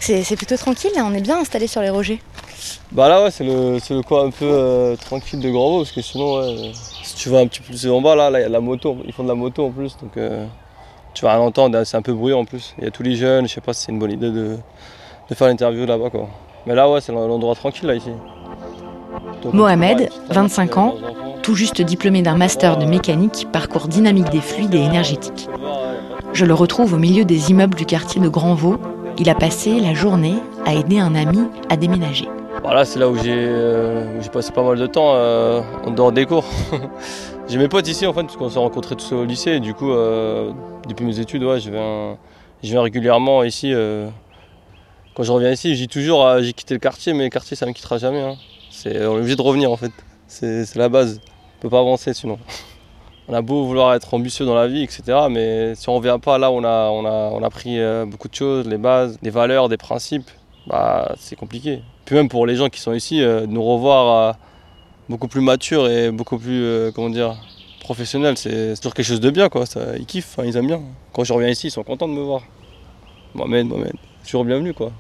C'est plutôt tranquille, là, on est bien installé sur les rogers. Bah là ouais, c'est le coin un peu tranquille de Grandvaux parce que sinon ouais, si tu vas un petit peu plus en bas là il y a de la moto, ils font de la moto en plus donc tu vas rien entendre, c'est un peu bruyant en plus. Il y a tous les jeunes, je sais pas si c'est une bonne idée de faire l'interview là-bas quoi. Mais là ouais c'est l'endroit tranquille là ici. Donc, Mohamed, 25 ans, tout juste diplômé d'un master de mécanique, parcours dynamique des fluides et énergétique. Je le retrouve au milieu des immeubles du quartier de Grandvaux. Il a passé la journée à aider un ami à déménager. Voilà, c'est là où j'ai passé pas mal de temps en dehors des cours. J'ai mes potes ici en fait parce qu'on s'est rencontrés tous au lycée et du coup depuis mes études ouais, je viens régulièrement ici. Quand je reviens ici, je dis toujours j'ai quitté le quartier mais le quartier ça ne me quittera jamais. Hein. On est obligé de revenir en fait, c'est la base. On peut pas avancer sinon. On a beau vouloir être ambitieux dans la vie, etc. Mais si on ne revient pas là où on a appris beaucoup de choses, les bases, des valeurs, des principes, bah, c'est compliqué. Puis même pour les gens qui sont ici, de nous revoir beaucoup plus matures et beaucoup plus professionnels, c'est toujours quelque chose de bien. Quoi. Ça, ils kiffent, hein, ils aiment bien. Quand je reviens ici, ils sont contents de me voir. Mohamed, toujours bienvenu quoi.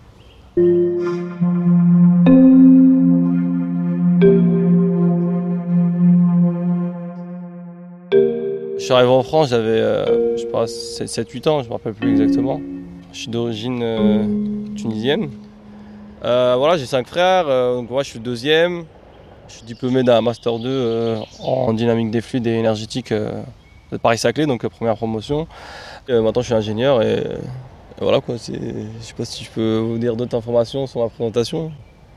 Je suis arrivé en France, j'avais 7-8 ans, je ne me rappelle plus exactement. Je suis d'origine tunisienne. Voilà, j'ai 5 frères, donc moi je suis le deuxième. Je suis diplômé d'un Master 2 en dynamique des fluides et énergétique de Paris-Saclay, donc première promotion. Maintenant je suis ingénieur et voilà quoi. Je ne sais pas si je peux vous dire d'autres informations sur ma présentation.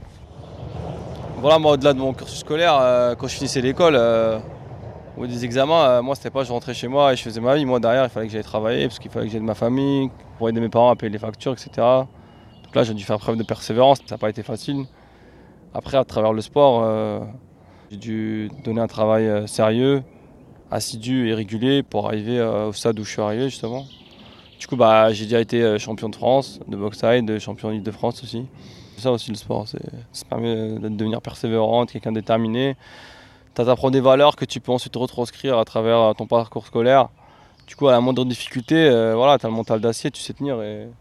Voilà, moi au-delà de mon cursus scolaire, quand je finissais l'école, ou des examens, moi c'était pas je rentrais chez moi et je faisais ma vie. Moi derrière il fallait que j'aille travailler parce qu'il fallait que j'aide ma famille pour aider mes parents à payer les factures, etc. Donc là j'ai dû faire preuve de persévérance, ça n'a pas été facile. Après à travers le sport, j'ai dû donner un travail sérieux, assidu et régulier pour arriver au stade où je suis arrivé justement. Du coup bah, j'ai déjà été champion de France, de boxe-side, champion d'Île-de-France aussi. C'est ça aussi le sport, ça permet de devenir persévérant, quelqu'un de déterminé. Ça t'apprend des valeurs que tu peux ensuite retranscrire à travers ton parcours scolaire. Du coup, à la moindre difficulté, voilà, tu as le mental d'acier, tu sais tenir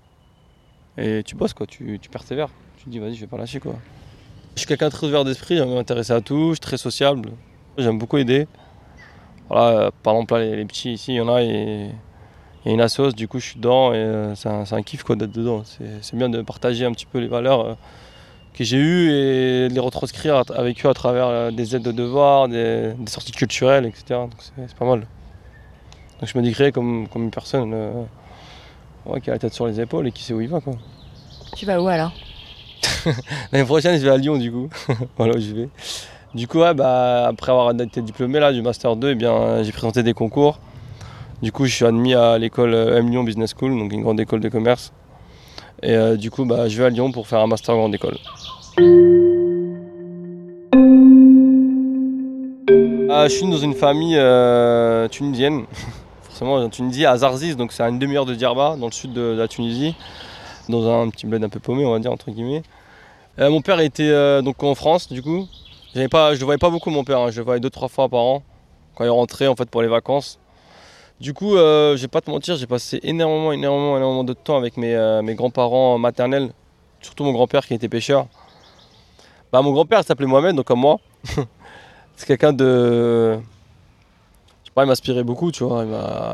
et tu bosses, quoi, tu persévères. Tu te dis, vas-y, je vais pas lâcher. Quoi. Je suis quelqu'un de très ouvert d'esprit, j'aime m'intéresser à tout, je suis très sociable. J'aime beaucoup aider. Voilà, par exemple, là, les petits ici, il y en a, et il y a une assos, du coup, je suis dedans et c'est un kiff quoi, d'être dedans. C'est bien de partager un petit peu les valeurs que j'ai eu et de les retranscrire avec eux à travers des aides de devoirs, des sorties culturelles, etc. Donc c'est pas mal. Donc je me décris comme une personne qui a la tête sur les épaules et qui sait où il va. Quoi. Tu vas où alors? L'année prochaine, je vais à Lyon du coup. Voilà où je vais. Du coup, ouais, bah, après avoir été diplômé là, du Master 2, eh bien, j'ai présenté des concours. Du coup, je suis admis à l'école M Lyon Business School, donc une grande école de commerce. Et du coup, bah, je vais à Lyon pour faire un master en grande école. Je suis dans une famille tunisienne, forcément en Tunisie, à Zarzis, donc c'est à une demi-heure de Djerba, dans le sud de la Tunisie, dans un petit bled un peu paumé, on va dire, entre guillemets. Mon père était donc en France, du coup. Je le voyais pas beaucoup, mon père, hein. Je le voyais 2-3 fois par an, quand il rentrait en fait pour les vacances. Du coup, je vais pas te mentir, j'ai passé énormément de temps avec mes grands-parents maternels, surtout mon grand-père qui était pêcheur. Bah, mon grand-père il s'appelait Mohamed, donc comme moi. C'est quelqu'un de... Je sais pas, il m'inspirait beaucoup, tu vois.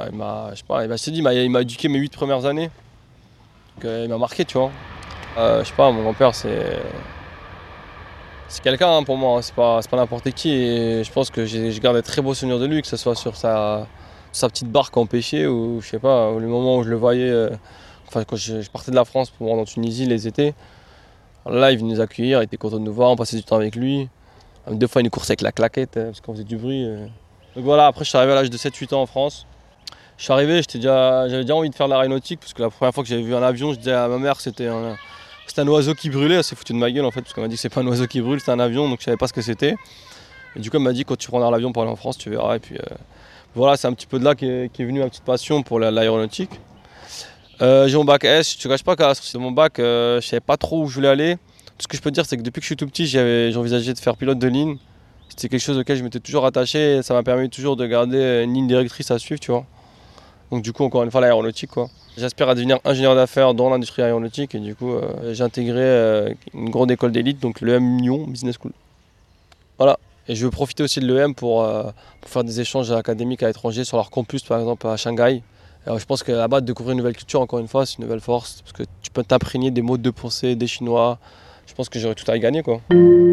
Il m'a éduqué mes 8 premières années. Donc, il m'a marqué, tu vois. Je sais pas, mon grand-père, c'est quelqu'un hein, pour moi, hein. C'est pas n'importe qui. Et je pense que j'ai gardé de très beaux souvenirs de lui, que ce soit sur sa petite barque en pêcher ou je sais pas, les moments où je le voyais, quand je partais de la France pour me rendre en Tunisie les étés. Là, il venait nous accueillir, il était content de nous voir, on passait du temps avec lui. Des fois, une course avec la claquette, parce qu'on faisait du bruit. Donc voilà, après, je suis arrivé à l'âge de 7-8 ans en France. Je suis arrivé, j'avais déjà envie de faire de l'aéronautique, parce que la première fois que j'avais vu un avion, je disais à ma mère que c'était un oiseau qui brûlait. Elle s'est foutue de ma gueule en fait, parce qu'elle m'a dit que c'est pas un oiseau qui brûle, c'est un avion, donc je savais pas ce que c'était. Et du coup, elle m'a dit quand tu prendras l'avion pour aller en France, tu verras. Et puis voilà, c'est un petit peu de là qu'est venue ma petite passion pour l'aéronautique. J'ai mon bac S, je te cache pas qu'à la sortie de mon bac, je savais pas trop où je voulais aller. Tout ce que je peux te dire, c'est que depuis que je suis tout petit, j'envisageais de faire pilote de ligne. C'était quelque chose auquel je m'étais toujours attaché et ça m'a permis toujours de garder une ligne directrice à suivre, tu vois. Donc du coup, encore une fois, l'aéronautique, quoi. J'aspire à devenir ingénieur d'affaires dans l'industrie aéronautique et du coup j'ai intégré une grande école d'élite, donc l'EM Lyon Business School. Voilà. Et je veux profiter aussi de l'EM pour faire des échanges académiques à l'étranger sur leur campus, par exemple à Shanghai. Alors, je pense que là-bas, découvrir une nouvelle culture, encore une fois, c'est une nouvelle force. Parce que tu peux t'imprégner des modes de pensée des Chinois. Je pense que j'aurais tout à y gagner, quoi.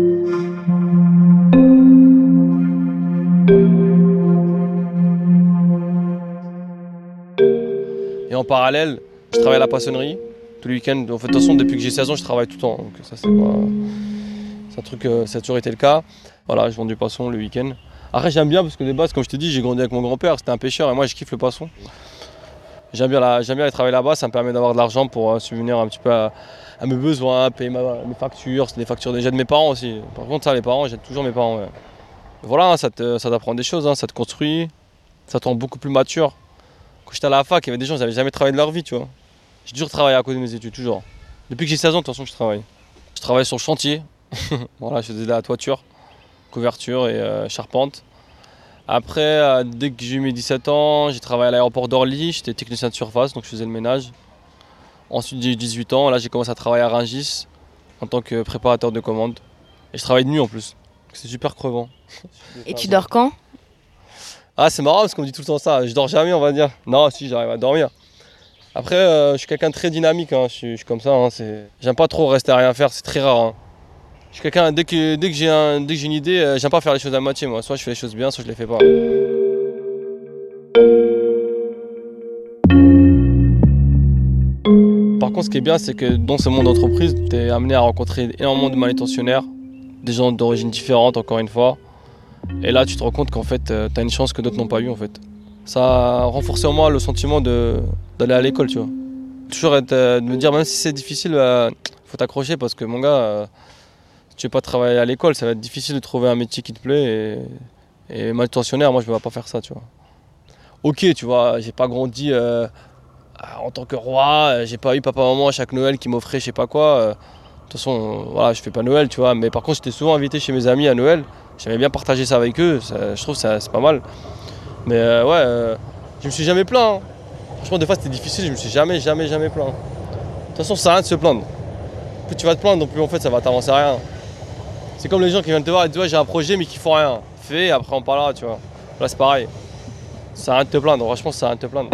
Et en parallèle, je travaille à la poissonnerie tous les week-ends. En fait, de toute façon, depuis que j'ai 16 ans, je travaille tout le temps. Donc ça, c'est un truc, ça a toujours été le cas. Voilà, je vends du poisson le week-end. Après, j'aime bien parce que de base, comme je te dis, j'ai grandi avec mon grand-père. C'était un pêcheur et moi, je kiffe le poisson. J'aime bien aller travailler là-bas. Ça me permet d'avoir de l'argent pour subvenir un petit peu à mes besoins, payer mes factures. C'est des factures déjà de mes parents aussi. Par contre, ça, les parents, j'aide toujours mes parents. Ouais. Voilà, ça t'apprend des choses, ça te construit. Ça te rend beaucoup plus mature. Quand j'étais à la fac, il y avait des gens qui n'avaient jamais travaillé de leur vie, tu vois. J'ai toujours travaillé à côté de mes études, toujours. Depuis que j'ai 16 ans, de toute façon, je travaille. Je travaille sur le chantier. Voilà, je faisais de la toiture, couverture et charpente. Après, dès que j'ai eu mes 17 ans, j'ai travaillé à l'aéroport d'Orly. J'étais technicien de surface, donc je faisais le ménage. Ensuite, j'ai eu 18 ans. Là, j'ai commencé à travailler à Rungis en tant que préparateur de commandes. Et je travaille de nuit en plus. C'est super crevant. Et tu dors quand ? Ah, c'est marrant parce qu'on me dit tout le temps ça. Je dors jamais, on va dire. Non, si, j'arrive à dormir. Après, je suis quelqu'un de très dynamique. Hein. Je suis comme ça. Hein. J'aime pas trop rester à rien faire. C'est très rare. Hein. Je suis quelqu'un, dès que j'ai une idée, j'aime pas faire les choses à moitié. Moi. Soit je fais les choses bien, soit je les fais pas. Par contre, ce qui est bien, c'est que dans ce monde d'entreprise, tu es amené à rencontrer énormément de manutentionnaires, des gens d'origine différente, encore une fois. Et là, tu te rends compte qu'en fait, tu as une chance que d'autres n'ont pas eu, en fait. Ça a renforcé en moi le sentiment d'aller à l'école, tu vois. Toujours de me dire, même si c'est difficile, faut t'accrocher parce que mon gars, si tu veux pas travailler à l'école, ça va être difficile de trouver un métier qui te plaît. Et manutentionnaire, moi, je ne vais pas faire ça, tu vois. Ok, tu vois, j'ai pas grandi en tant que roi, j'ai pas eu papa-maman à chaque Noël qui m'offrait je sais pas quoi. De toute façon, voilà, je fais pas Noël, tu vois. Mais par contre, j'étais souvent invité chez mes amis à Noël. J'aimais bien partager ça avec eux, je trouve que c'est pas mal. Mais je me suis jamais plaint. Hein. Franchement, des fois c'était difficile, je me suis jamais plaint. De toute façon, ça sert à rien de se plaindre. Plus tu vas te plaindre, plus en fait ça va t'avancer à rien. C'est comme les gens qui viennent te voir et te disent ouais, j'ai un projet mais qui font rien. Fais, après on parlera, tu vois. Là c'est pareil. Ça sert à rien de te plaindre, franchement ça sert à rien de te plaindre.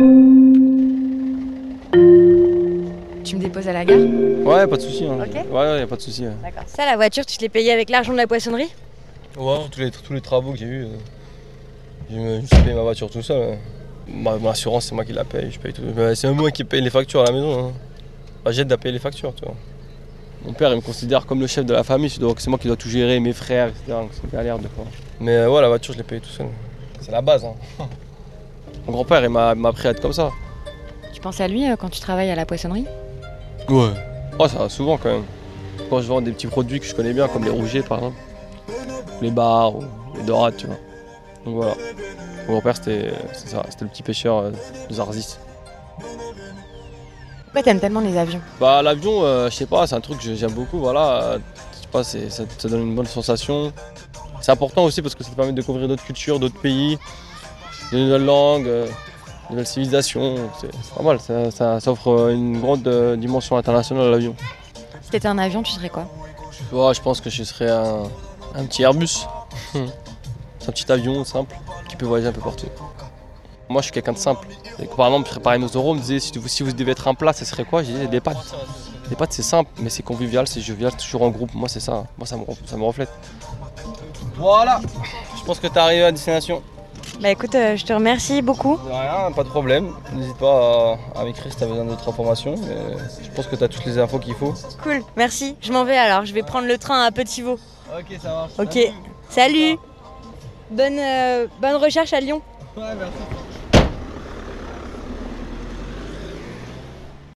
Tu me déposes à la gare ? Ouais, pas de soucis. Hein. Ok. Ouais, y a pas de soucis. Ouais. D'accord. Ça, la voiture, tu te l'es payée avec l'argent de la poissonnerie ? Ouais, tous les travaux que j'ai eu, je me suis payé ma voiture tout seul. Mon assurance, c'est moi qui la paye, je paye tout. C'est même moi qui paye les factures à la maison. Hein. J'aide à payer les factures, tu vois. Mon père, il me considère comme le chef de la famille, donc c'est moi qui dois tout gérer, mes frères, etc. Donc c'est une galère de fois. Mais ouais, la voiture, je l'ai payée tout seul. C'est la base. Hein. Mon grand-père, il m'a appris à être comme ça. Tu penses à lui quand tu travailles à la poissonnerie ? Ouais. Oh, ça va souvent quand même. Quand je vends des petits produits que je connais bien, comme les rougets par exemple. Les bars ou les dorades, tu vois. Donc voilà. Mon grand-père, c'était le petit pêcheur de Zarzis. Pourquoi t'aimes tellement les avions ? Bah l'avion, je sais pas, c'est un truc que j'aime beaucoup, voilà. Je sais pas, ça donne une bonne sensation. C'est important aussi parce que ça te permet de découvrir d'autres cultures, d'autres pays, de nouvelles langues, de nouvelles civilisations. C'est pas mal, ça offre une grande dimension internationale à l'avion. Si t'étais un avion, tu serais quoi ? Ouais, je pense que je serais un petit Airbus. C'est un petit avion simple qui peut voyager un peu partout. Moi, je suis quelqu'un de simple. Et par exemple, préparer nos euros, on me disait si vous devez être un plat, ça serait quoi ? J'ai dit des pâtes. Les pâtes, c'est simple, mais c'est convivial, c'est jovial, toujours en groupe. Moi, c'est ça. Moi, ça me reflète. Voilà. Je pense que tu es arrivé à destination. Bah écoute, je te remercie beaucoup. De rien, pas de problème. N'hésite pas à m'écrire si tu as besoin d'autres informations. Mais je pense que tu as toutes les infos qu'il faut. Cool, merci. Je m'en vais alors. Je vais prendre le train à Petit Vaux. Ok, ça marche. Ok. Salut. Bonne recherche à Lyon. Ouais, merci.